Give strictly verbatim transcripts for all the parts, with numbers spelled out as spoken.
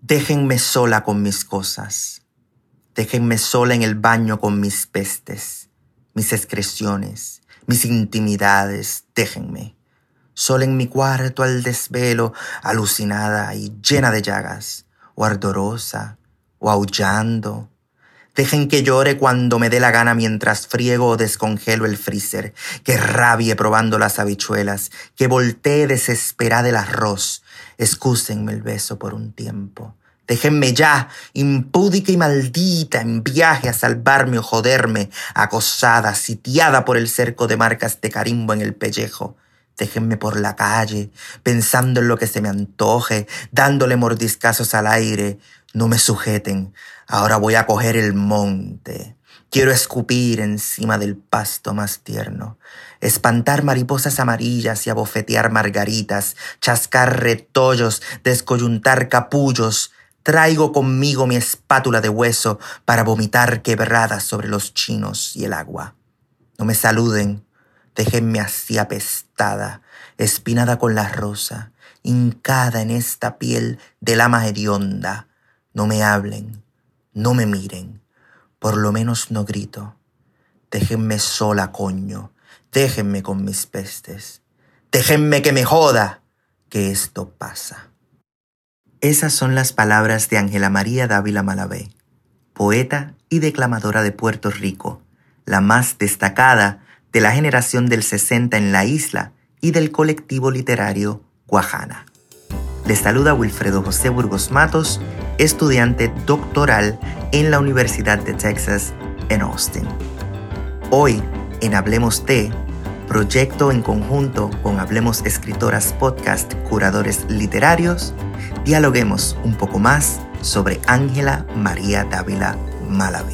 Déjenme sola con mis cosas. Déjenme sola en el baño con mis pestes, mis excreciones, mis intimidades. Déjenme sola en mi cuarto al desvelo, alucinada y llena de llagas, o ardorosa, o aullando. Dejen que llore cuando me dé la gana mientras friego o descongelo el freezer, que rabie probando las habichuelas, que voltee desesperada el arroz. Excúsenme el beso por un tiempo. Déjenme ya, impúdica y maldita, en viaje a salvarme o joderme, acosada, sitiada por el cerco de marcas de carimbo en el pellejo. Déjenme por la calle, pensando en lo que se me antoje, dándole mordiscazos al aire. No me sujeten, ahora voy a coger el monte. Quiero escupir encima del pasto más tierno, espantar mariposas amarillas y abofetear margaritas, chascar retollos, descoyuntar capullos. Traigo conmigo mi espátula de hueso para vomitar quebradas sobre los chinos y el agua. No me saluden, déjenme así apestada, espinada con la rosa, hincada en esta piel de lama hedionda. No me hablen, no me miren, por lo menos no grito. Déjenme sola, coño, déjenme con mis pestes. Déjenme que me joda, que esto pasa. Esas son las palabras de Ángela María Dávila Malavé, poeta y declamadora de Puerto Rico, la más destacada de la generación del sesenta en la isla y del colectivo literario Guajana. Les saluda Wilfredo José Burgos Matos, estudiante doctoral en la Universidad de Texas en Austin. Hoy, en Hablemos de, proyecto en conjunto con Hablemos Escritoras Podcast Curadores Literarios, dialoguemos un poco más sobre Ángela María Dávila Malavé.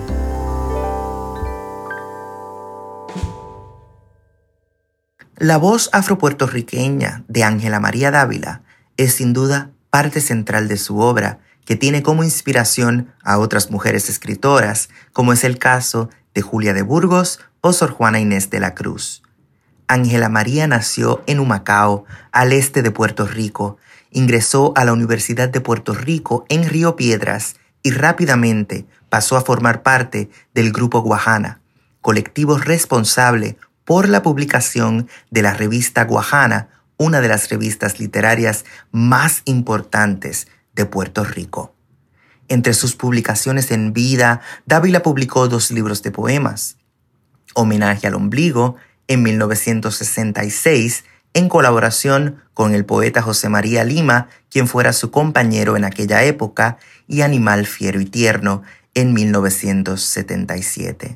La voz afropuertorriqueña de Ángela María Dávila es sin duda parte central de su obra, que tiene como inspiración a otras mujeres escritoras, como es el caso de Julia de Burgos o Sor Juana Inés de la Cruz. Ángela María nació en Humacao, al este de Puerto Rico. Ingresó a la Universidad de Puerto Rico en Río Piedras y rápidamente pasó a formar parte del Grupo Guajana, colectivo responsable por la publicación de la revista Guajana, una de las revistas literarias más importantes de Puerto Rico. Entre sus publicaciones en vida, Dávila publicó dos libros de poemas: Homenaje al Ombligo, en mil novecientos sesenta y seis, en colaboración con el poeta José María Lima, quien fuera su compañero en aquella época, y Animal Fiero y Tierno, en mil novecientos setenta y siete.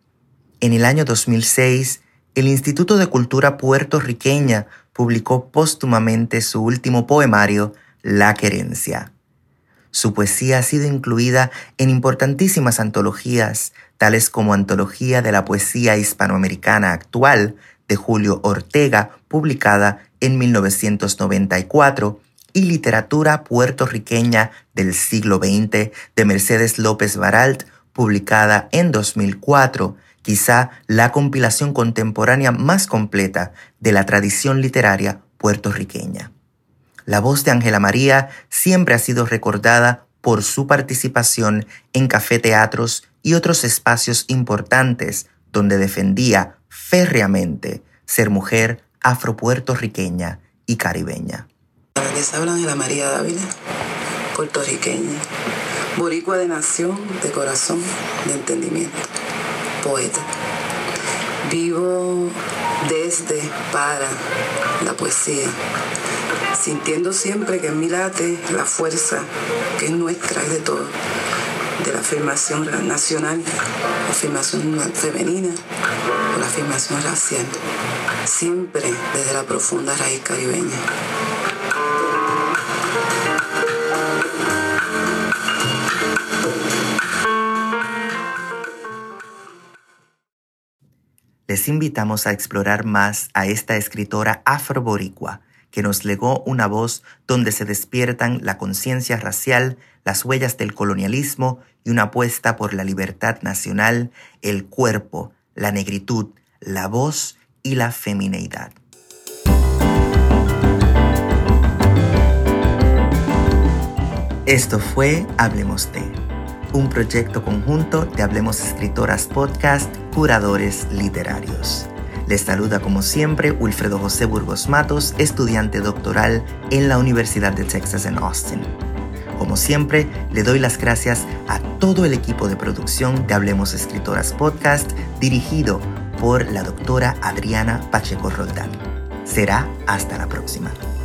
En el año dos mil seis, el Instituto de Cultura Puertorriqueña publicó póstumamente su último poemario, La Querencia. Su poesía ha sido incluida en importantísimas antologías, tales como Antología de la Poesía Hispanoamericana Actual, de Julio Ortega, publicada en mil novecientos noventa y cuatro, y Literatura Puertorriqueña del Siglo veinte, de Mercedes López Baralt, publicada en dos mil cuatro, quizá la compilación contemporánea más completa de la tradición literaria puertorriqueña. La voz de Ángela María siempre ha sido recordada por su participación en cafeteatros y otros espacios importantes donde defendía férreamente ser mujer afropuertorriqueña y caribeña. Les habla Ángela María Dávila, puertorriqueña, boricua de nación, de corazón, de entendimiento, poeta. Vivo desde, para la poesía, sintiendo siempre que en mí late la fuerza que es nuestra, es de todo, de la afirmación nacional, la afirmación femenina o la afirmación racial, siempre desde la profunda raíz caribeña. Les invitamos a explorar más a esta escritora afroboricua que nos legó una voz donde se despiertan la conciencia racial, las huellas del colonialismo y una apuesta por la libertad nacional, el cuerpo, la negritud, la voz y la femineidad. Esto fue Hablemos de, un proyecto conjunto de Hablemos Escritoras Podcast, curadores literarios. Les saluda como siempre Wilfredo José Burgos Matos, estudiante doctoral en la Universidad de Texas en Austin. Como siempre, le doy las gracias a todo el equipo de producción de Hablemos Escritoras Podcast, dirigido por la doctora Adriana Pacheco Roldán. Será hasta la próxima.